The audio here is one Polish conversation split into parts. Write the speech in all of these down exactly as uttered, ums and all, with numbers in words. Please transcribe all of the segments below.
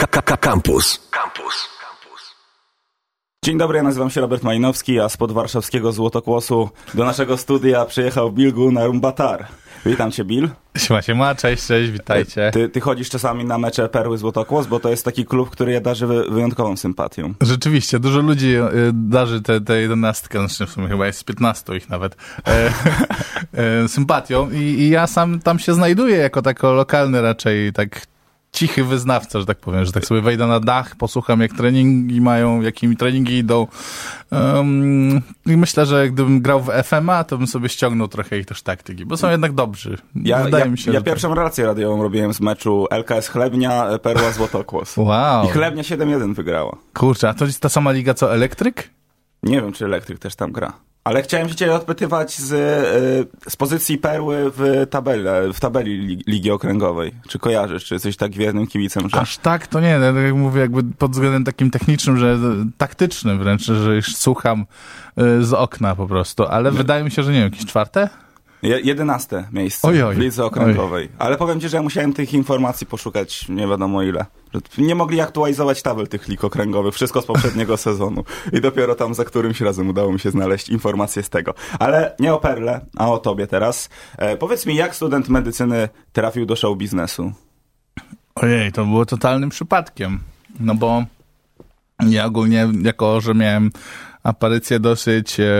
Campus. Campus. Dzień dobry, ja nazywam się Robert Majnowski, a spod warszawskiego Złotokłosu do naszego studia przyjechał Bill Gu na Rumbatar. Witam cię, Bill. Siema, siema, cześć, cześć, witajcie. Ty, ty chodzisz czasami na mecze Perły Złotokłos, bo to jest taki klub, który ja darzy wyjątkową sympatią. Rzeczywiście, dużo ludzi darzy tę te, te jedenastkę, znaczy w sumie chyba jest piętnastu ich nawet, e, e, sympatią I, i ja sam tam się znajduję jako tako lokalny raczej tak cichy wyznawca, że tak powiem, że tak sobie wejdę na dach, posłucham jak treningi mają, jakimi treningi idą. Um, I myślę, że gdybym grał w F M A, to bym sobie ściągnął trochę ich też taktyki, bo są jednak dobrzy. Ja, Wydaje ja, mi się, ja że pierwszą tak. relację radiową robiłem z meczu L K S Chlebnia, Perła Złotokłos. Wow. I Chlebnia siedem jeden wygrała. Kurczę, a to jest ta sama liga co Elektryk? Nie wiem, czy Elektryk też tam gra. Ale chciałem się cię odpytywać z, z pozycji Perły w tabeli, w tabeli Ligi Okręgowej. Czy kojarzysz, czy jesteś tak wiernym kibicem, że... Aż tak, to nie, tak jak mówię, jakby pod względem takim technicznym, że taktycznym wręcz, że już słucham z okna po prostu, ale nie. Wydaje mi się, że nie wiem, jakieś czwarte? Jedenaste miejsce oj, w Lidze Okręgowej. Oj. Ale powiem ci, że ja musiałem tych informacji poszukać nie wiadomo ile. Że nie mogli aktualizować tabel tych lig okręgowych, wszystko z poprzedniego sezonu. I dopiero tam za którymś razem udało mi się znaleźć informacje z tego. Ale nie o Perle, a o tobie teraz. E, powiedz mi, jak student medycyny trafił do show biznesu? Ojej, to było totalnym przypadkiem. No bo ja ogólnie, jako że miałem aparycję dosyć e,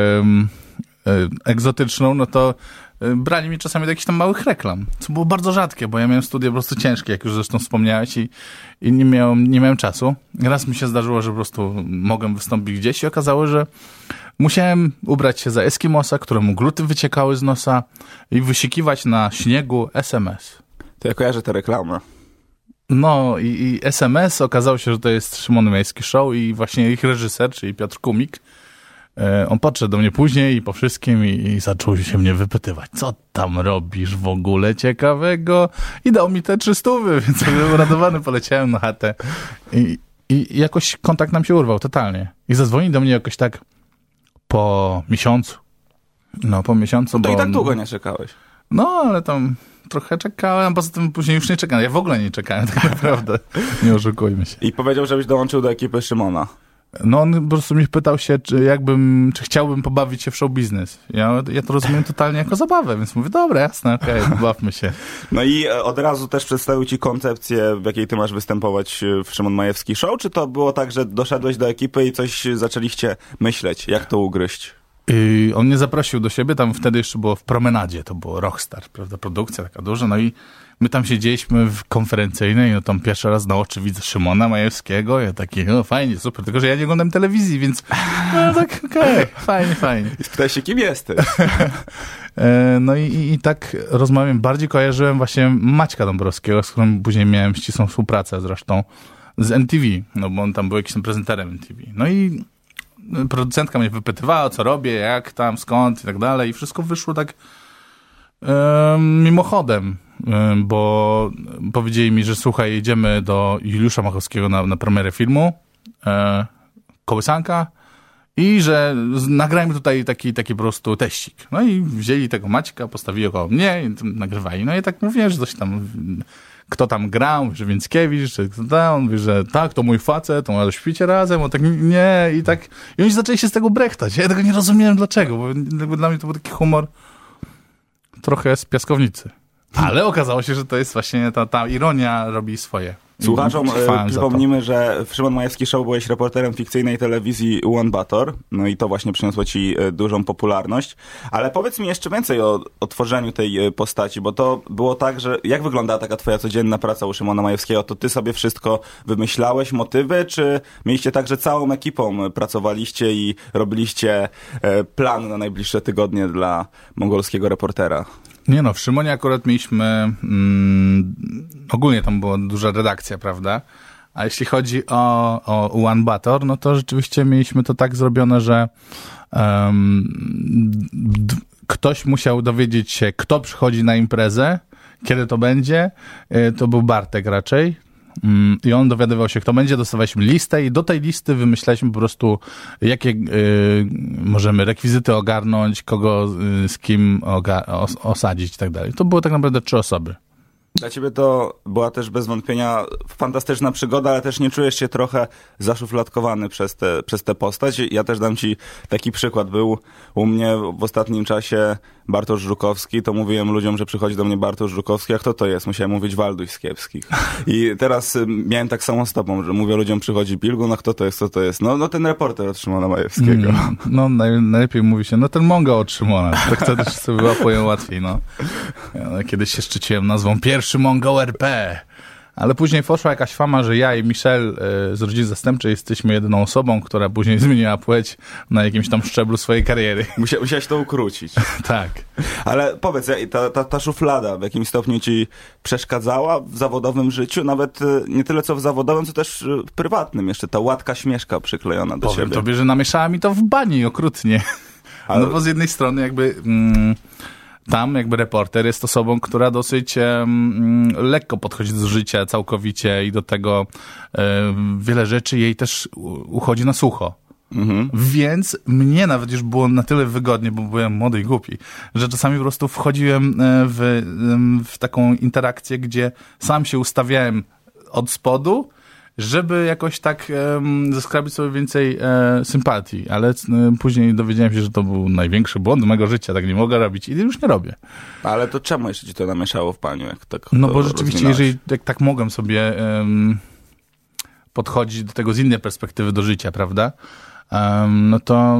e, egzotyczną, no to brali mi czasami do jakichś tam małych reklam, co było bardzo rzadkie, bo ja miałem studia po prostu ciężkie, jak już zresztą wspomniałeś i, i nie, miałem, nie miałem czasu. Raz mi się zdarzyło, że po prostu mogłem wystąpić gdzieś i okazało, że musiałem ubrać się za Eskimosa, któremu gluty wyciekały z nosa i wysikiwać na śniegu S M S. To ja kojarzę tę reklamę. No i, i S M S okazało się, że to jest Szymon Majewski Show i właśnie ich reżyser, czyli Piotr Kumik, on podszedł do mnie później i po wszystkim i, i zaczął się mnie wypytywać, co tam robisz w ogóle ciekawego? I dał mi te trzy stówy, więc jakby uradowany poleciałem na chatę i, i jakoś kontakt nam się urwał totalnie. I zadzwonił do mnie jakoś tak po miesiącu. No, po miesiącu, no to bo... i tak długo nie czekałeś. No, ale tam trochę czekałem, a poza tym później już nie czekałem. Ja w ogóle nie czekałem tak naprawdę. Nie oszukujmy się. I powiedział, żebyś dołączył do ekipy Szymona. No on po prostu mnie pytał się, czy jakbym, czy chciałbym pobawić się w show biznes. Ja, ja to rozumiem totalnie jako zabawę, więc mówię, dobra, jasne, okej, okay, bawmy się. No i od razu też przedstawił ci koncepcję, w jakiej ty masz występować w Szymon Majewski Show, czy to było tak, że doszedłeś do ekipy i coś zaczęliście myśleć, jak to ugryźć? I on mnie zaprosił do siebie, tam wtedy jeszcze było w Promenadzie, to było Rockstar, prawda, produkcja taka duża, no i my tam siedzieliśmy w konferencyjnej, no tam pierwszy raz na oczy widzę Szymona Majewskiego, ja taki, no fajnie, super, tylko że ja nie oglądam telewizji, więc no tak, okej, okay, fajnie, fajnie. I spytaj się, kim jesteś? No i, i, i tak rozmawiam, bardziej kojarzyłem właśnie Maćka Dąbrowskiego, z którym później miałem ścisłą współpracę zresztą z M T V, no bo on tam był jakimś prezenterem M T V. No i producentka mnie wypytywała, co robię, jak tam, skąd i tak dalej i wszystko wyszło tak e, mimochodem, e, bo powiedzieli mi, że słuchaj, jedziemy do Juliusza Machowskiego na, na premierę filmu e, Kołysanka i że nagrajmy tutaj taki, taki po prostu teścik. No i wzięli tego Maćka, postawili koło mnie i nagrywali. No i tak mówię, że coś tam... Kto tam grał, że Więckiewicz, czy kto tam, on mówi, że tak, to mój facet, to może śpicie razem, on tak nie, i tak, i oni zaczęli się z tego brechtać. Ja tego nie rozumiałem dlaczego, bo dla mnie to był taki humor trochę z piaskownicy. Ale okazało się, że to jest właśnie ta, ta ironia robi swoje. Słuchaczom e, przypomnimy, że w Szymon Majewski Show byłeś reporterem fikcyjnej telewizji One Bator, no i to właśnie przyniosło ci e, dużą popularność. Ale powiedz mi jeszcze więcej o, o tworzeniu tej e, postaci, bo to było tak, że jak wyglądała taka twoja codzienna praca u Szymona Majewskiego? To ty sobie wszystko wymyślałeś, motywy, czy mieliście tak, że całą ekipą pracowaliście i robiliście e, plan na najbliższe tygodnie dla mongolskiego reportera? Nie no, w Szymonie akurat mieliśmy, mm, ogólnie tam była duża redakcja, prawda? A jeśli chodzi o, o One Bator, no to rzeczywiście mieliśmy to tak zrobione, że um, d- ktoś musiał dowiedzieć się, kto przychodzi na imprezę, kiedy to będzie. To był Bartek raczej. I on dowiadywał się, kto będzie, dostawaliśmy listę i do tej listy wymyślaliśmy po prostu, jakie y, możemy rekwizyty ogarnąć, kogo y, z kim oga- os- osadzić i tak dalej. To było tak naprawdę trzy osoby. Dla ciebie to była też bez wątpienia fantastyczna przygoda, ale też nie czujesz się trochę zaszufladkowany przez tę przez tę postać. Ja też dam ci taki przykład. Był u mnie w ostatnim czasie Bartosz Żukowski, to mówiłem ludziom, że przychodzi do mnie Bartosz Żukowski, a kto to jest? Musiałem mówić Walduś z Kiepskich. I teraz miałem tak samo z tobą, że mówię ludziom, przychodzi Pilgun, a kto to jest, kto to jest? No, no ten reporter od Szymona Majewskiego. Mm, no naj, najlepiej mówi się, no ten Mongo od Szymona. Tak wtedy sobie wyłapuję łatwiej, no. Ja kiedyś się szczyciłem nazwą pierwszy Mongo R P. Ale później poszła jakaś fama, że ja i Michel y, z Rodziny Zastępczej jesteśmy jedyną osobą, która później zmieniła płeć na jakimś tam szczeblu swojej kariery. Musia, musiałeś to ukrócić. Tak. Ale powiedz, ta, ta, ta szuflada w jakimś stopniu ci przeszkadzała w zawodowym życiu? Nawet y, nie tyle co w zawodowym, co też y, w prywatnym. Jeszcze ta łatka śmieszka przyklejona do Powiem siebie. tobie, że namieszała mi to w bani okrutnie. Ale... No bo z jednej strony jakby... Mm, tam jakby reporter jest osobą, która dosyć um, lekko podchodzi do życia całkowicie i do tego um, wiele rzeczy jej też uchodzi na sucho. Mhm. Więc mnie nawet już było na tyle wygodnie, bo byłem młody i głupi, że czasami po prostu wchodziłem w, w taką interakcję, gdzie sam się ustawiałem od spodu, żeby jakoś tak um, zaskrabić sobie więcej e, sympatii, ale e, później dowiedziałem się, że to był największy błąd mego życia, tak nie mogę robić i już nie robię. Ale to czemu jeszcze ci to namieszało w paniu? Jak tak no bo rzeczywiście, jeżeli jak tak mogłem sobie um, podchodzić do tego z innej perspektywy do życia, prawda, um, no to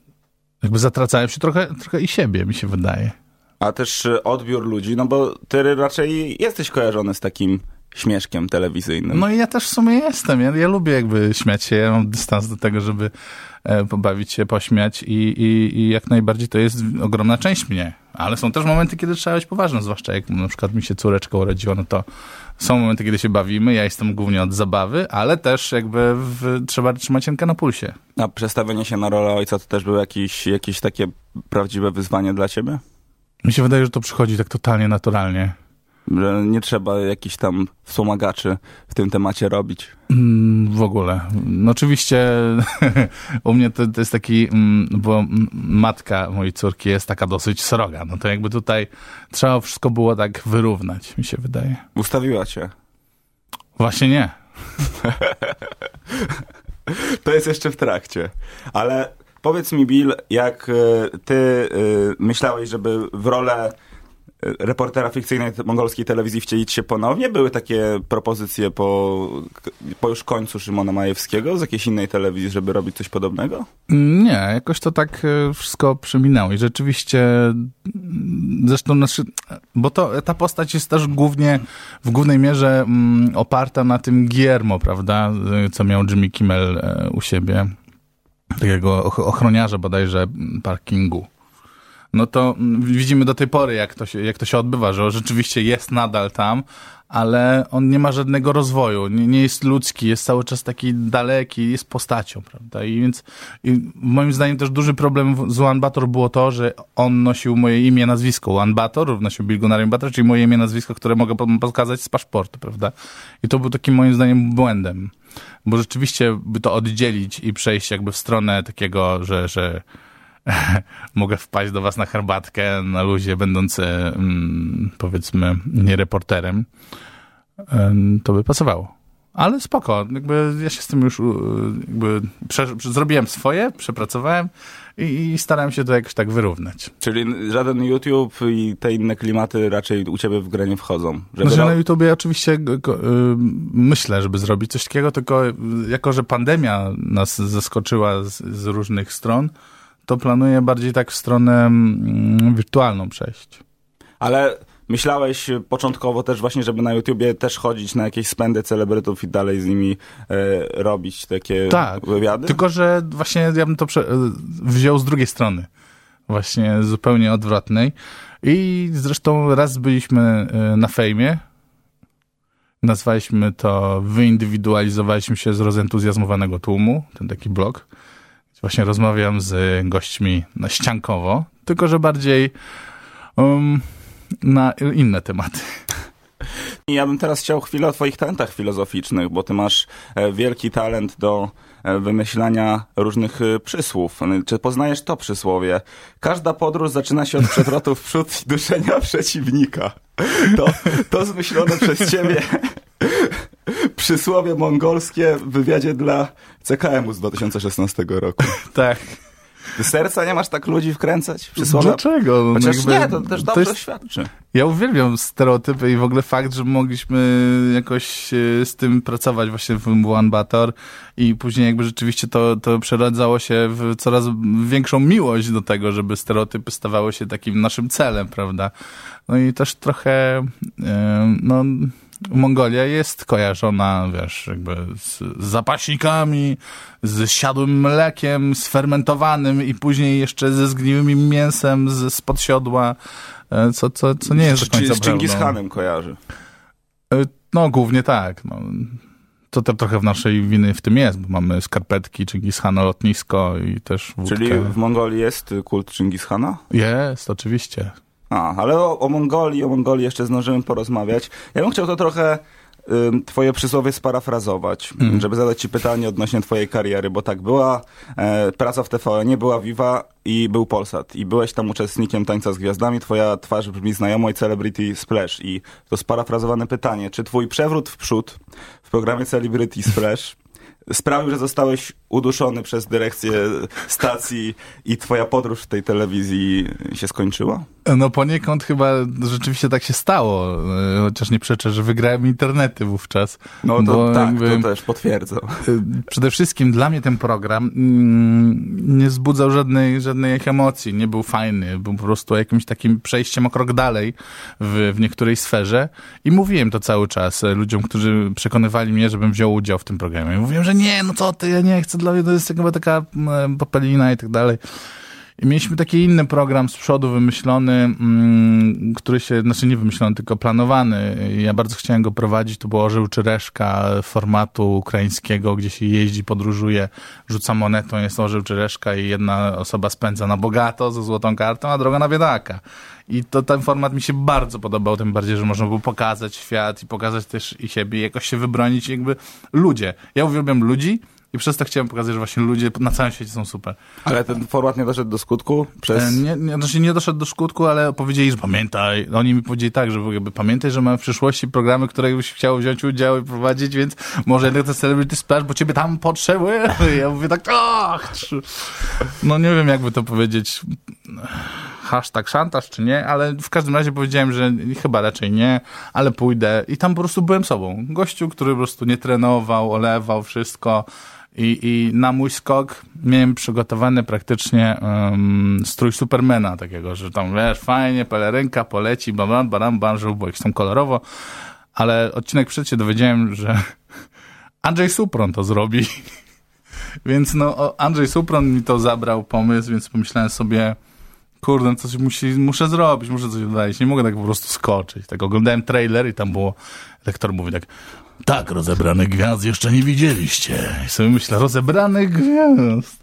jakby zatracałem się trochę, trochę i siebie, mi się wydaje. A też odbiór ludzi, no bo ty raczej jesteś kojarzony z takim śmieszkiem telewizyjnym. No i ja też w sumie jestem. Ja, ja lubię jakby śmiać się. Ja mam dystans do tego, żeby e, pobawić się, pośmiać i, i, i jak najbardziej to jest ogromna część mnie. Ale są też momenty, kiedy trzeba być poważnym, zwłaszcza jak na przykład mi się córeczka urodziła, no to są momenty, kiedy się bawimy. Ja jestem głównie od zabawy, ale też jakby w, trzeba trzymać rękę na pulsie. A przestawienie się na rolę ojca to też było jakieś, jakieś takie prawdziwe wyzwanie dla ciebie? Mi się wydaje, że to przychodzi tak totalnie naturalnie. Że nie trzeba jakichś tam wspomagaczy w tym temacie robić. Mm, w ogóle. No oczywiście u mnie to, to jest taki, mm, bo matka mojej córki jest taka dosyć sroga. No to jakby tutaj trzeba wszystko było tak wyrównać, mi się wydaje. Ustawiła cię? Właśnie nie. To jest jeszcze w trakcie. Ale powiedz mi, Bill, jak ty myślałeś, żeby w rolę reportera fikcyjnej mongolskiej telewizji wcielić się ponownie? Były takie propozycje po, po już końcu Szymona Majewskiego z jakiejś innej telewizji, żeby robić coś podobnego? Nie, jakoś to tak wszystko przeminęło i rzeczywiście zresztą, znaczy, bo to, ta postać jest też głównie, w głównej mierze mm, oparta na tym Guillermo, prawda, co miał Jimmy Kimmel u siebie, takiego ochroniarza bodajże parkingu. No to widzimy do tej pory, jak to się, jak to się odbywa, że on rzeczywiście jest nadal tam, ale on nie ma żadnego rozwoju, nie, nie jest ludzki, jest cały czas taki daleki, jest postacią, prawda? I więc i moim zdaniem też duży problem z Ulan Bator było to, że on nosił moje imię, nazwisko. Ulan Bator nosił Bilgunarium Bator, czyli moje imię, nazwisko, które mogę pokazać z paszportu, prawda? I to był takim moim zdaniem błędem, bo rzeczywiście by to oddzielić i przejść jakby w stronę takiego, że, że mogę wpaść do was na herbatkę na luzie, będąc mm, powiedzmy nie reporterem, to by pasowało. Ale spoko, jakby ja się z tym już jakby prze, zrobiłem swoje, przepracowałem i, i starałem się to jakoś tak wyrównać. Czyli żaden YouTube i te inne klimaty raczej u ciebie w grę nie wchodzą? Żeby znaczy, na YouTubie oczywiście y, myślę, żeby zrobić coś takiego, tylko jako, że pandemia nas zaskoczyła z, z różnych stron, to planuję bardziej tak w stronę mm, wirtualną przejść. Ale myślałeś początkowo też właśnie, żeby na YouTubie też chodzić na jakieś spędy celebrytów i dalej z nimi e, robić takie tak, wywiady? Tylko że właśnie ja bym to prze- wziął z drugiej strony. Właśnie zupełnie odwrotnej. I zresztą raz byliśmy na fejmie. Nazwaliśmy to Wyindywidualizowaliśmy się z rozentuzjazmowanego tłumu. Ten taki blog. Właśnie rozmawiam z gośćmi na ściankowo, tylko że bardziej um, na inne tematy. Ja bym teraz chciał chwilę o twoich talentach filozoficznych, bo ty masz wielki talent do wymyślania różnych przysłów. Czy poznajesz to przysłowie? Każda podróż zaczyna się od przewrotu w przód i duszenia przeciwnika. To, to zmyślone przez ciebie przysłowie mongolskie w wywiadzie dla C K M u z dwa tysiące szesnastego roku. Tak. Ty serca nie masz tak ludzi wkręcać? Przysłowia? Dlaczego? No Chociaż jakby, nie, to też dobrze to jest, świadczy. Ja uwielbiam stereotypy i w ogóle fakt, że mogliśmy jakoś z tym pracować właśnie w Ulaanbaatar i później jakby rzeczywiście to, to przeradzało się w coraz większą miłość do tego, żeby stereotypy stawały się takim naszym celem, prawda? No i też trochę, no... Mongolia jest kojarzona, wiesz, jakby z, z zapaśnikami, z siadłym mlekiem, sfermentowanym i później jeszcze ze zgniłym mięsem z, spod siodła, co, co, co nie jest do końca Czyli z Dżingis Hanem kojarzy? No, głównie tak. No. To też trochę w naszej winy w tym jest, bo mamy skarpetki, Dżingis Hana, lotnisko i też wódkę. Czyli w Mongolii jest kult Dżingis Hana? Jest, oczywiście. A, ale o, o Mongolii, o Mongolii jeszcze zdążymy porozmawiać. Ja bym chciał to trochę y, twoje przysłowie sparafrazować, mm. żeby zadać ci pytanie odnośnie twojej kariery, bo tak, była e, praca w T V N, była Viva i był Polsat. I byłeś tam uczestnikiem Tańca z Gwiazdami, twoja twarz brzmi znajomo i Celebrity Splash. I to sparafrazowane pytanie, czy twój przewrót w przód w programie Celebrity Splash sprawił, że zostałeś uduszony przez dyrekcję stacji i twoja podróż w tej telewizji się skończyła? No poniekąd chyba rzeczywiście tak się stało, chociaż nie przeczę, że wygrałem internety wówczas. No to bo tak, jakby, to też potwierdzam. Przede wszystkim dla mnie ten program nie wzbudzał żadnej, żadnej emocji, nie był fajny, był po prostu jakimś takim przejściem o krok dalej w, w niektórej sferze i mówiłem to cały czas ludziom, którzy przekonywali mnie, żebym wziął udział w tym programie. Mówiłem, że nie, no co ty, ja nie chcę, dla mnie to jest chyba taka popelina i tak dalej. I mieliśmy taki inny program z przodu wymyślony, mm, który się, znaczy nie wymyślony, tylko planowany. Ja bardzo chciałem go prowadzić, to było Orzeł czy Reszka formatu ukraińskiego, gdzie się jeździ, podróżuje, rzuca monetą, jest orzeł czy reszka i jedna osoba spędza na bogato ze złotą kartą, a druga na biedaka. I to ten format mi się bardzo podobał, tym bardziej, że można było pokazać świat i pokazać też i siebie, jakoś się wybronić, jakby ludzie. Ja uwielbiam ludzi, i przez to chciałem pokazać, że właśnie ludzie na całym świecie są super. Ale ten format nie doszedł do skutku? Przez... Nie, nie, znaczy nie doszedł do skutku, ale powiedzieli, że pamiętaj. Oni mi powiedzieli tak, że jakby pamiętaj, że mamy w przyszłości programy, które byś chciał wziąć udział i prowadzić, więc może jednak to Celebrity Splash, bo ciebie tam potrzebuję. Ja mówię tak, ach! No nie wiem, jakby to powiedzieć. Hashtag szantaż czy nie, ale w każdym razie powiedziałem, że chyba raczej nie, ale pójdę i tam po prostu byłem sobą. Gościu, który po prostu nie trenował, olewał wszystko i, i na mój skok miałem przygotowany praktycznie um, strój Supermana takiego, że tam wiesz, fajnie, pelerynka poleci, bam, bam, bam, żeby było jakś tam kolorowo, ale odcinek przed się dowiedziałem, że Andrzej Supron to zrobi. Więc no Andrzej Supron mi to zabrał pomysł, więc pomyślałem sobie, kurde, coś musi, muszę zrobić, muszę coś dodać. Nie mogę tak po prostu skoczyć. Tak oglądałem trailer i tam było, rektor mówi tak, tak, rozebranych gwiazd jeszcze nie widzieliście. I sobie myślę, rozebranych gwiazd.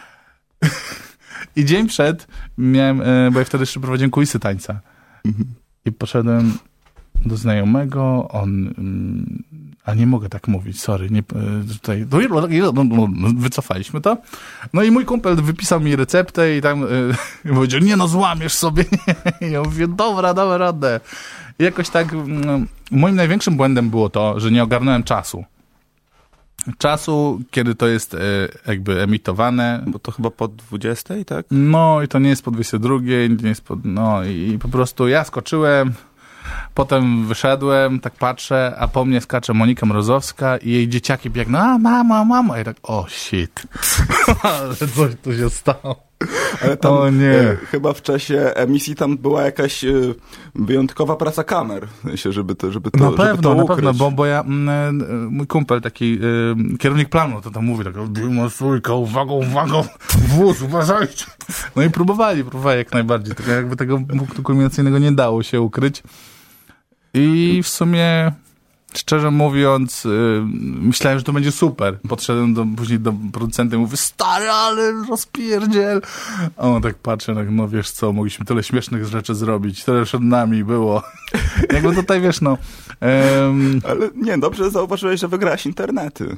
I dzień przed miałem, bo ja wtedy jeszcze prowadziłem kulisy tańca. Mhm. I poszedłem do znajomego, on... A nie mogę tak mówić, sorry, nie, tutaj, wycofaliśmy to. No i mój kumpel wypisał mi receptę i tam yy, powiedział, nie no, złamiesz sobie. Ja mówię, dobra, dałem radę. I jakoś tak, no, moim największym błędem było to, że nie ogarnąłem czasu. Czasu, kiedy to jest yy, jakby emitowane. Bo to chyba po dwudziestej, tak? No i to nie jest po dwudziestej drugiej, nie jest po, no i, i po prostu ja skoczyłem. Potem wyszedłem, tak patrzę, a po mnie skacze Monika Mrozowska i jej dzieciaki biegną, a mama, mama. I tak, o shit. Ale coś tu się stało. Ale tam o nie. E, chyba w czasie emisji tam była jakaś e, wyjątkowa praca kamer, żeby to, żeby to, na żeby pewno, to na ukryć. pewno, bo, bo ja, m, mój kumpel, taki e, kierownik planu, to tam mówi tak, sójka, uwaga, uwaga, wóz, uważajcie. No i próbowali, próbowali jak najbardziej, tylko jakby tego punktu kulminacyjnego nie dało się ukryć. I w sumie szczerze mówiąc, yy, myślałem, że to będzie super. Podszedłem do, później do producenta i mówię, stary, ale rozpierdziel. A on tak patrzy, tak, no wiesz co, mogliśmy tyle śmiesznych rzeczy zrobić, tyle przed nami było. Jakby tutaj, wiesz, no... Ym... Ale nie, dobrze zauważyłeś, że wygrałeś internety.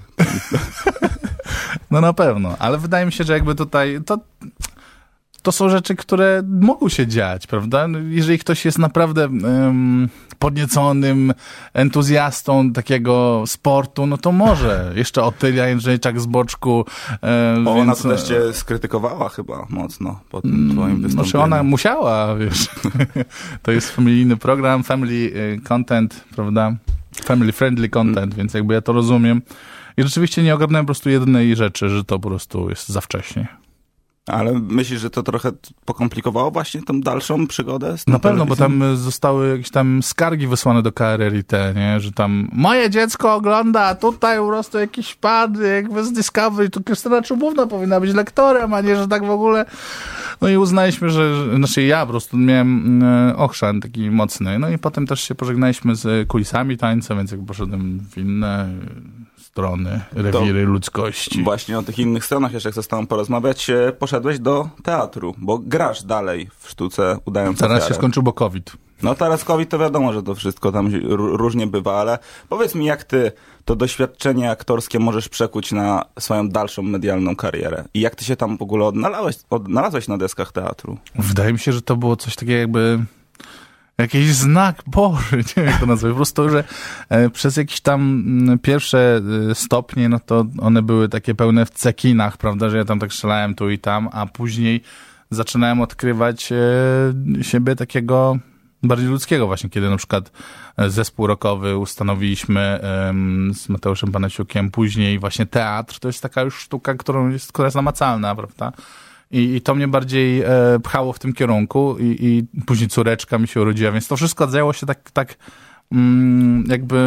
No na pewno, ale wydaje mi się, że jakby tutaj... to To są rzeczy, które mogą się dziać, prawda? Jeżeli ktoś jest naprawdę um, podnieconym entuzjastą takiego sportu, no to może. Jeszcze Otylia Jędrzejczak z boczku. E, o, więc... Ona to też cię skrytykowała chyba mocno po tym twoim wystąpieniu. Znaczy ona musiała, wiesz. To jest familijny program, family content, prawda? Family friendly content, hmm. więc jakby ja to rozumiem. I rzeczywiście nie ogarnąłem po prostu jednej rzeczy, że to po prostu jest za wcześnie. Ale myślisz, że to trochę pokomplikowało właśnie tą dalszą przygodę? Z tą Na pewno, telewizją? bo tam zostały jakieś tam skargi wysłane do K R L I T, nie? Że tam moje dziecko ogląda, a tutaj po prostu jakiś pan, jakby z Discovery, tu Krystyna Czubówna powinna być lektorem, a nie, że tak w ogóle. No i uznaliśmy, że, że znaczy ja po prostu miałem e, ochrzan taki mocny. No i potem też się pożegnaliśmy z kulisami tańca, więc jak poszedłem w inne strony, rewiry to ludzkości. Właśnie o tych innych stronach jeszcze chcę z tobą porozmawiać. Poszedłeś do teatru, bo grasz dalej w sztuce udając Teraz ofiarę. się skończył, bo COVID. No teraz COVID to wiadomo, że to wszystko tam różnie bywa, ale powiedz mi, jak ty to doświadczenie aktorskie możesz przekuć na swoją dalszą medialną karierę? I jak ty się tam w ogóle odnalazłeś, odnalazłeś na deskach teatru? Wydaje mi się, że to było coś takiego jakby... Jakiś znak Boży, nie wiem jak to nazwać. Po prostu, że e, przez jakieś tam m, pierwsze e, stopnie, no to one były takie pełne w cekinach, prawda, że ja tam tak strzelałem tu i tam, a później zaczynałem odkrywać e, siebie takiego bardziej ludzkiego właśnie, kiedy na przykład zespół rockowy ustanowiliśmy e, z Mateuszem Panasiukiem, później właśnie teatr, to jest taka już sztuka, którą jest, która jest namacalna, prawda. I, I to mnie bardziej e, pchało w tym kierunku i, i później córeczka mi się urodziła, więc to wszystko zajęło się tak, tak mm, jakby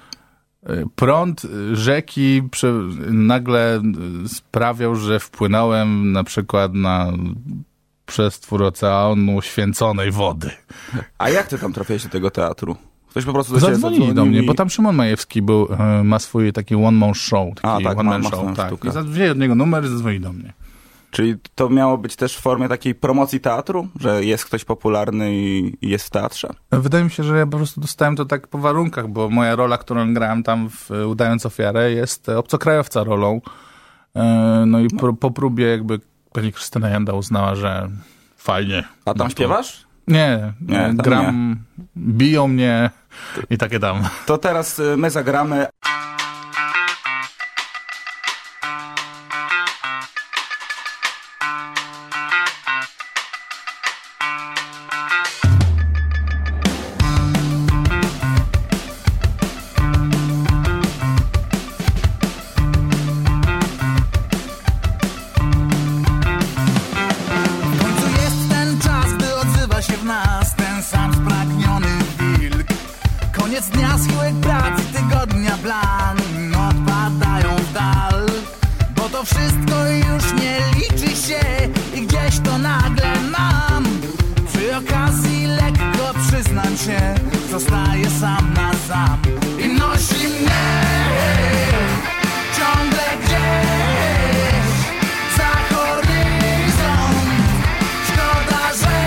prąd rzeki przy, nagle sprawiał, że wpłynąłem na przykład na przestwór oceanu święconej wody. A jak ty tam trafiłeś do tego teatru? Ktoś po prostu do ciebie zadzwonili do mnie, i... bo tam Szymon Majewski był, ma swój taki one-man show. Taki A, tak, one man show, tak. I wzięli od niego numer i zadzwonili do mnie. Czyli to miało być też w formie takiej promocji teatru? Że jest ktoś popularny i jest w teatrze? Wydaje mi się, że ja po prostu dostałem to tak po warunkach, bo moja rola, którą grałem tam w Udając ofiarę, jest obcokrajowca rolą. No i po, po próbie jakby pani Krystyna Janda uznała, że fajnie. A tam śpiewasz? Nie, nie gram, nie. Biją mnie i takie tam. To teraz my zagramy... Zostaję sam na sam i nosi mnie ciągle gdzieś za horyzont. Szkoda, że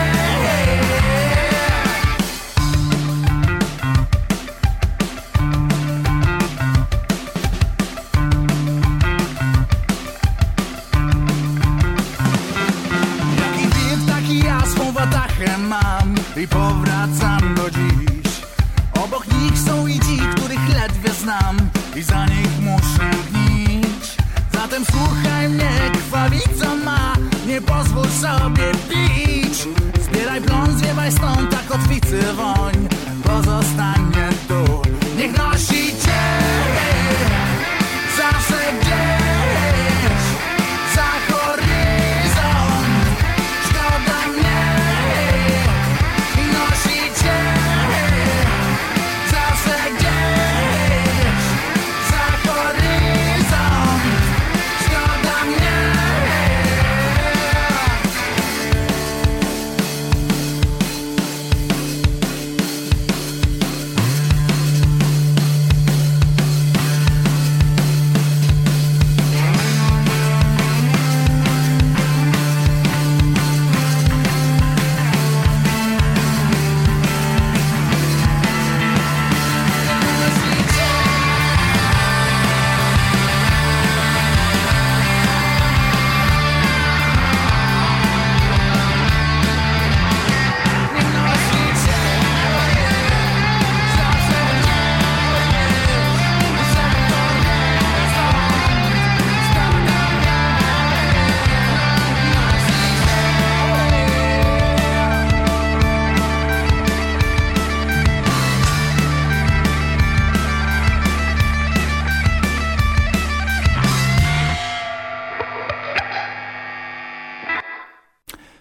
jaki wiek, taki ja swą watachę mam i powracam do dziś. Obok nich są i ci, których ledwie znam i za nich muszę gnić. Zatem słuchaj mnie, krwawica ma, nie pozwól sobie pić. Zbieraj plon, zwiewaj stąd, ta kotwicy woń pozostanie tu. Niech nosi cię zawsze gdzieś za horyzont. Szkoda mnie i nosi cię zawsze gdzieś za horyzont. Szkoda mnie.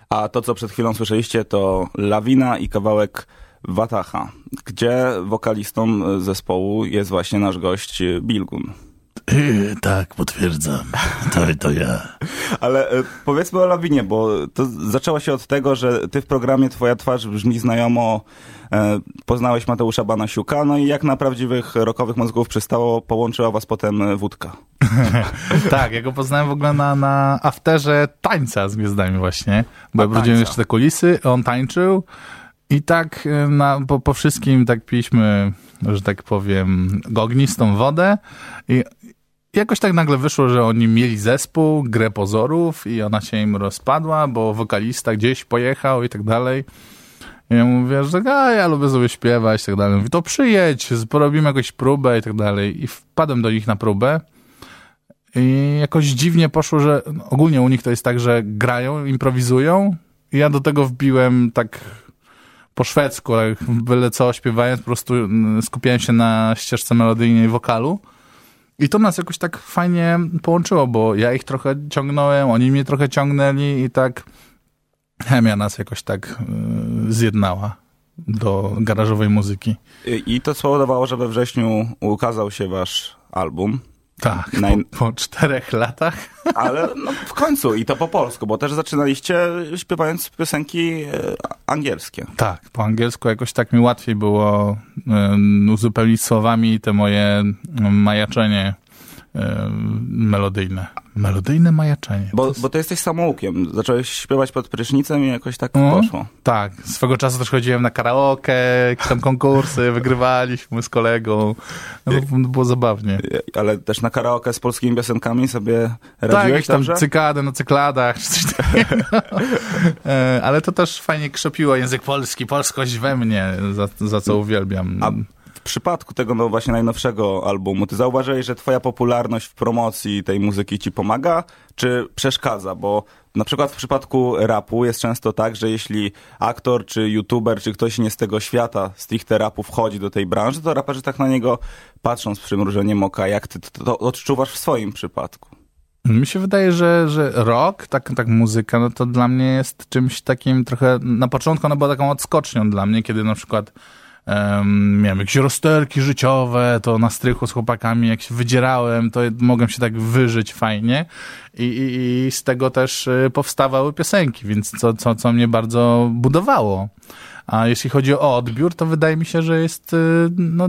A to, co przed chwilą słyszeliście, to Lawina i kawałek Wataha, gdzie wokalistą zespołu jest właśnie nasz gość Bilgun. Yy, tak, potwierdzam. To, to ja. Ale y, powiedzmy o Lawinie, bo to zaczęło się od tego, że ty w programie Twoja twarz brzmi znajomo, y, poznałeś Mateusza Banasiuka, no i jak na prawdziwych rockowych muzyków przystało, połączyła was potem wódka. Tak, ja go poznałem w ogóle na, na afterze tańca z Gwiazdami właśnie, bo ja wróciłem jeszcze te kulisy, on tańczył i tak na, po, po wszystkim tak piliśmy, że tak powiem, ognistą wodę i jakoś tak nagle wyszło, że oni mieli zespół, grę pozorów i ona się im rozpadła, bo wokalista gdzieś pojechał i tak dalej. I ja mówię, że a, ja lubię sobie śpiewać i tak dalej. Mówi, to przyjedź, porobimy jakąś próbę i tak dalej. I wpadłem do nich na próbę i jakoś dziwnie poszło, że ogólnie u nich to jest tak, że grają, improwizują i ja do tego wbiłem tak po szwedzku, byle co śpiewając, po prostu skupiałem się na ścieżce melodyjnej wokalu. I to nas jakoś tak fajnie połączyło, bo ja ich trochę ciągnąłem, oni mnie trochę ciągnęli i tak chemia nas jakoś tak y, zjednała do garażowej muzyki. I, i to spowodowało, że we wrześniu ukazał się wasz album. Tak, Naj... po, po czterech latach. Ale no, w końcu i to po polsku, bo też zaczynaliście śpiewając piosenki e, angielskie. Tak, po angielsku jakoś tak mi łatwiej było e, uzupełnić słowami te moje majaczenie e, melodyjne. Melodyjne majaczenie. Bo, jest... bo to jesteś samoukiem. Zacząłeś śpiewać pod prysznicem i jakoś tak no, poszło. Tak. Swego czasu też chodziłem na karaoke, jakieś tam konkursy, wygrywaliśmy z kolegą. No, to było zabawnie. Ale też na karaoke z polskimi piosenkami sobie radziłeś? Tak, jakieś tam dobrze? Cykadę na cykladach, czy coś takiego. Ale to też fajnie krzepiło język polski, polskość we mnie, za, za co uwielbiam. A w przypadku tego no właśnie najnowszego albumu, ty zauważyłeś, że twoja popularność w promocji tej muzyki ci pomaga, czy przeszkadza? Bo na przykład w przypadku rapu jest często tak, że jeśli aktor, czy youtuber, czy ktoś nie z tego świata, stricte rapu wchodzi do tej branży, to raperzy tak na niego patrzą z przymrużeniem oka. Jak ty to, to odczuwasz w swoim przypadku? Mi się wydaje, że, że rock, tak, tak muzyka, no to dla mnie jest czymś takim trochę, na początku ona była taką odskocznią dla mnie, kiedy na przykład Um, miałem jakieś rozterki życiowe, to na strychu z chłopakami, jak się wydzierałem, to mogłem się tak wyżyć fajnie i, i, i z tego też powstawały piosenki, więc co, co, co mnie bardzo budowało. A jeśli chodzi o odbiór, to wydaje mi się, że jest no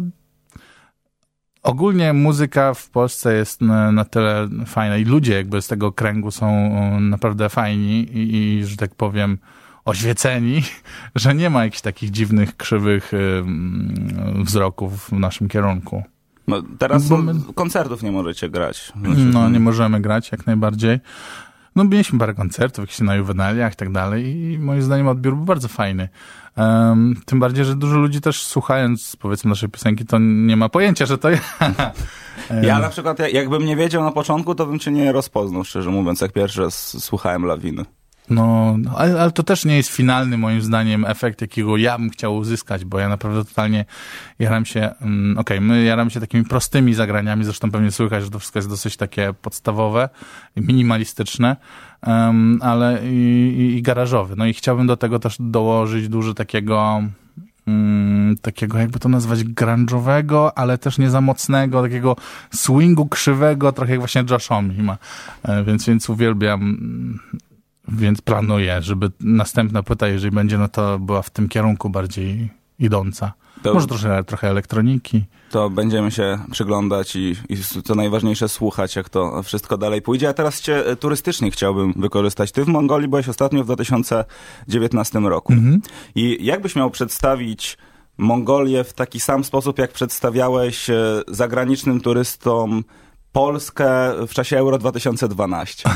ogólnie muzyka w Polsce jest na, na tyle fajna i ludzie jakby z tego kręgu są naprawdę fajni i, i że tak powiem oświeceni, że nie ma jakichś takich dziwnych, krzywych y, wzroków w naszym kierunku. No teraz my... koncertów nie możecie grać. No nie możemy grać jak najbardziej. No mieliśmy parę koncertów, jakieś na juwenaliach i tak dalej i moim zdaniem odbiór był bardzo fajny. Um, tym bardziej, że dużo ludzi też słuchając powiedzmy naszej piosenki, to nie ma pojęcia, że to ja. Ja na przykład, jakbym nie wiedział na początku, to bym cię nie rozpoznał, szczerze mówiąc, jak pierwszy raz słuchałem Lawiny. No, ale, ale to też nie jest finalny, moim zdaniem, efekt, jakiego ja bym chciał uzyskać, bo ja naprawdę totalnie jaram się, um, okej, okay, my jaramy się takimi prostymi zagraniami, zresztą pewnie słychać, że to wszystko jest dosyć takie podstawowe, minimalistyczne, um, ale i, i, i garażowe. No i chciałbym do tego też dołożyć dużo takiego, um, takiego jakby to nazwać, grunge'owego, ale też nie za mocnego, takiego swingu krzywego, trochę jak właśnie Josh Homme ma, e, więc, więc uwielbiam. Więc planuję, żeby następna płyta, jeżeli będzie, no to była w tym kierunku bardziej idąca. To, może trochę, trochę elektroniki. To będziemy się przyglądać i, i co najważniejsze słuchać, jak to wszystko dalej pójdzie. A teraz cię turystycznie chciałbym wykorzystać. Ty w Mongolii byłeś ostatnio w dwa tysiące dziewiętnastym roku. Mhm. I jakbyś miał przedstawić Mongolię w taki sam sposób, jak przedstawiałeś zagranicznym turystom Polskę w czasie Euro dwa tysiące dwanaście?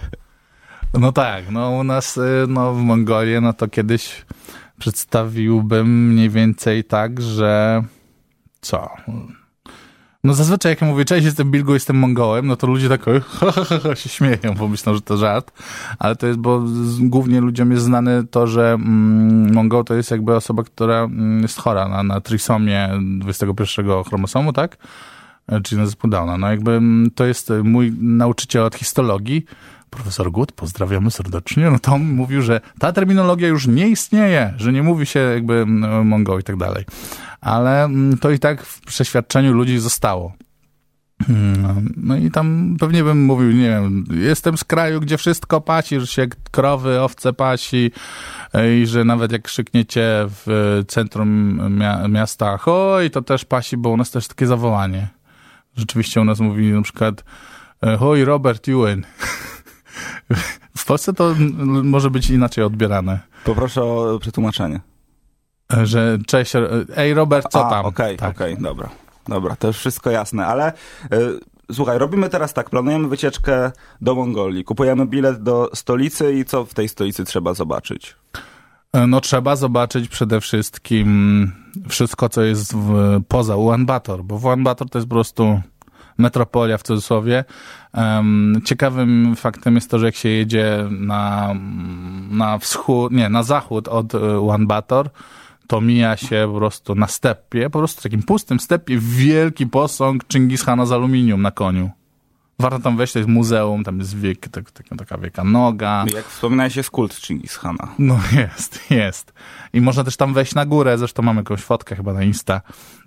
No tak, no u nas no, w Mongolii, no to kiedyś przedstawiłbym mniej więcej tak, że co? No zazwyczaj jak ja mówię, cześć, jestem Bilgu, jestem Mongołem, no to ludzie tak ha, ha, ha, ha, się śmieją, bo myślą, że to żart, ale to jest, bo z, głównie ludziom jest znane to, że mm, Mongol to jest jakby osoba, która mm, jest chora na, na trisomię dwudziestego pierwszego chromosomu, tak? czyli na zespół Downa. No jakby to jest mój nauczyciel od histologii, profesor Gut, pozdrawiamy serdecznie, no to on mówił, że ta terminologia już nie istnieje, że nie mówi się jakby Mongol i tak dalej. Ale to i tak w przeświadczeniu ludzi zostało. No i tam pewnie bym mówił, nie wiem, jestem z kraju, gdzie wszystko pasi, że się krowy, owce pasi i że nawet jak krzykniecie w centrum mia- miasta hoj, to też pasi, bo u nas też takie zawołanie. Rzeczywiście u nas mówi na przykład hoj, Robert Ewen. W Polsce to może być inaczej odbierane. Poproszę o przetłumaczenie. Że cześć, ej Robert, co A, tam? Okej, tak. okej, okay, dobra. Dobra, to już wszystko jasne, ale y, słuchaj, robimy teraz tak, planujemy wycieczkę do Mongolii, kupujemy bilet do stolicy i co w tej stolicy trzeba zobaczyć? No trzeba zobaczyć przede wszystkim wszystko, co jest w, poza Ulaanbaatar, bo Ulaanbaatar to jest po prostu metropolia w cudzysłowie. Um, ciekawym faktem jest to, że jak się jedzie na, na wschód, nie, na zachód od Ulaanbaatar, to mija się po prostu na steppie, po prostu takim pustym steppie, wielki posąg Chingishana z aluminium na koniu. Warto tam wejść, to jest muzeum, tam jest wiek, tak, tak, taka wielka noga. Jak wspominałeś, jest kult Chingishana. No jest, jest. I można też tam wejść na górę, zresztą mamy jakąś fotkę chyba na Insta.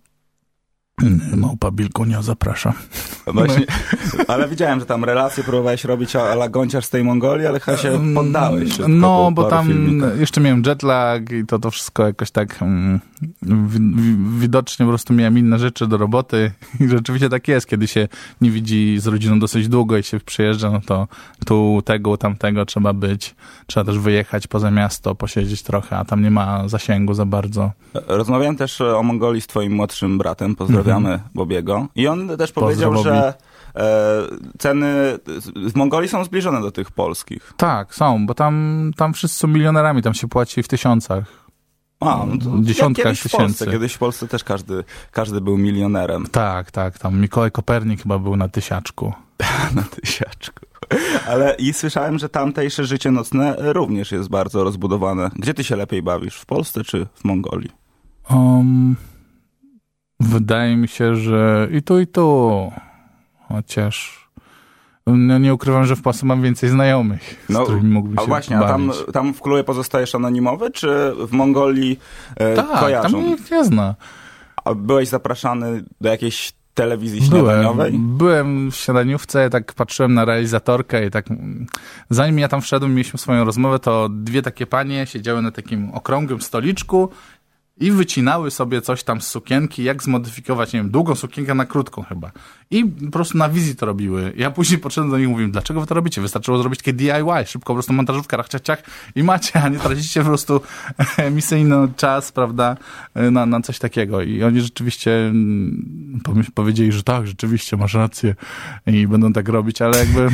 Małpa Bilkunia, zapraszam. Właśnie, ale widziałem, że tam relacje próbowałeś robić a la Gonciarz z tej Mongolii, ale chyba się poddałeś. No, bo tam filmikach. Jeszcze miałem jetlag i to to wszystko jakoś tak mm, w, widocznie po prostu miałem inne rzeczy do roboty i rzeczywiście tak jest, kiedy się nie widzi z rodziną dosyć długo i się przyjeżdża, no to tu tego, tamtego trzeba być. Trzeba też wyjechać poza miasto, posiedzieć trochę, a tam nie ma zasięgu za bardzo. Rozmawiałem też o Mongolii z twoim młodszym bratem, pozdrawiamy mm-hmm. Bobiego. I on też powiedział, Pozdro, że e, ceny w Mongolii są zbliżone do tych polskich. Tak, są, bo tam, tam wszyscy są milionerami, tam się płaci w tysiącach. A, no to dziesiątkach kiedyś tysięcy. W Polsce, kiedyś w Polsce też każdy, każdy był milionerem. Tak, tak, tam Mikołaj Kopernik chyba był na tysiaczku. Na tysiaczku. Ale i słyszałem, że tamtejsze życie nocne również jest bardzo rozbudowane. Gdzie ty się lepiej bawisz? W Polsce czy w Mongolii? Um, wydaje mi się, że i tu, i tu. Chociaż no nie ukrywam, że w Polsce mam więcej znajomych, z no, którymi mógłbym się a właśnie, a tam, tam w klubie pozostajesz anonimowy, czy w Mongolii e, tak, kojarzą? Tak, tam nikt nie zna. A byłeś zapraszany do jakiejś telewizji śniadaniowej? Byłem, byłem w śniadaniówce, tak patrzyłem na realizatorkę i tak zanim ja tam wszedłem, mieliśmy swoją rozmowę, to dwie takie panie siedziały na takim okrągłym stoliczku i wycinały sobie coś tam z sukienki, jak zmodyfikować, nie wiem, długą sukienkę na krótką chyba. I po prostu na wizji to robiły. Ja później podszedłem do nich i mówiłem, dlaczego wy to robicie? Wystarczyło zrobić takie D I Y, szybko po prostu montażówkę, rachciach i macie, a nie tracicie po prostu emisyjny czas, prawda, na, na coś takiego. I oni rzeczywiście powiedzieli, że tak, rzeczywiście, masz rację i będą tak robić, ale jakby...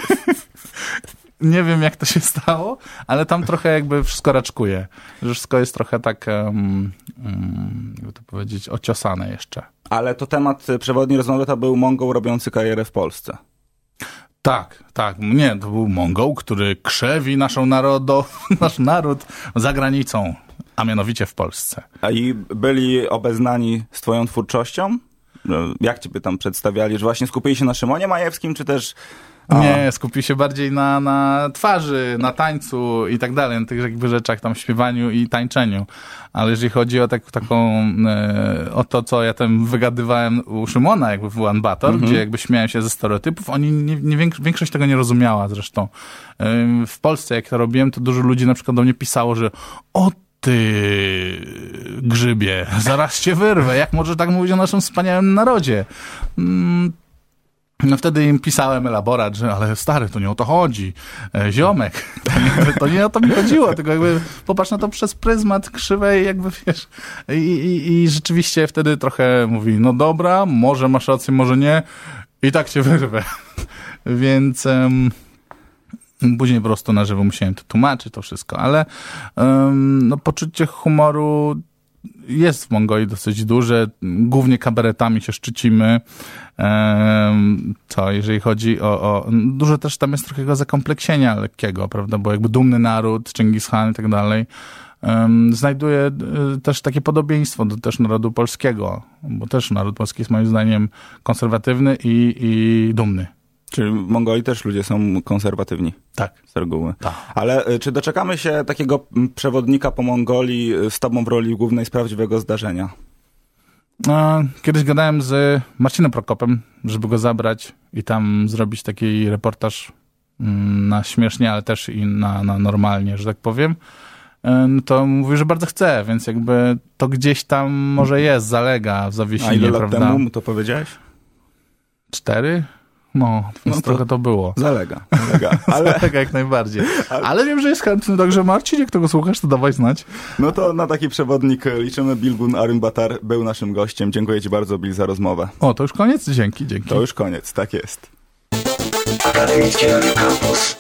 Nie wiem, jak to się stało, ale tam trochę jakby wszystko raczkuje. Że wszystko jest trochę tak, um, um, jakby to powiedzieć, ociosane jeszcze. Ale to temat przewodniej rozmowy to był Mongol robiący karierę w Polsce. Tak, tak. Nie, to był Mongol, który krzewi naszą narodo, nasz naród za granicą, a mianowicie w Polsce. A i byli obeznani z twoją twórczością? Jak ciebie tam przedstawiali? Że właśnie skupili się na Szymonie Majewskim, czy też... A. Nie, skupił się bardziej na, na twarzy, na tańcu i tak dalej, na tych jakby rzeczach, tam śpiewaniu i tańczeniu. Ale jeżeli chodzi o tak, taką, e, o to, co ja tam wygadywałem u Szymona jakby w Ulaanbaatar, mm-hmm. gdzie jakby śmiałem się ze stereotypów, oni nie, nie, większość tego nie rozumiała zresztą. E, w Polsce, jak to robiłem, to dużo ludzi na przykład do mnie pisało, że o ty grzybie, zaraz cię wyrwę, jak możesz tak mówić o naszym wspaniałym narodzie? Mm, No wtedy im pisałem elaborat, że ale stary, to nie o to chodzi. E, ziomek, to nie, to nie o to mi chodziło, tylko jakby popatrz na to przez pryzmat krzywej, jakby wiesz. I, i, i rzeczywiście wtedy trochę mówi, no dobra, może masz rację, może nie. I tak cię wyrwę. Więc um, później po prostu na żywo musiałem to tłumaczyć, to wszystko. Ale um, no, poczucie humoru jest w Mongolii dosyć duże, głównie kabaretami się szczycimy, co jeżeli chodzi o, o... Dużo też tam jest trochę zakompleksienia lekkiego, prawda, bo jakby dumny naród, Chingis Khan i tak dalej, um, znajduję y, też takie podobieństwo do też narodu polskiego, bo też naród polski jest moim zdaniem konserwatywny i, i dumny. Czyli w Mongolii też ludzie są konserwatywni. Tak. Z reguły. Tak. Ale czy doczekamy się takiego przewodnika po Mongolii z tobą w roli głównej z prawdziwego zdarzenia? Kiedyś gadałem z Marcinem Prokopem, żeby go zabrać i tam zrobić taki reportaż na śmiesznie, ale też i na, na normalnie, że tak powiem. No to mówi, że bardzo chce, więc jakby to gdzieś tam może jest, zalega w Zawiesinie, A ile lat prawda? temu mu to powiedziałeś? Cztery? No, więc no to trochę to było. Zalega. zalega. Ale... zalega jak najbardziej. Ale... Ale wiem, że jest chętny, także Marcin, jak tego słuchasz, to dawaj znać. No to na taki przewodnik liczymy. Bilgun Arymbatar był naszym gościem. Dziękuję ci bardzo, Bill, za rozmowę. O, to już koniec? Dzięki, dzięki. To już koniec, tak jest. Akademicki Radio Campus.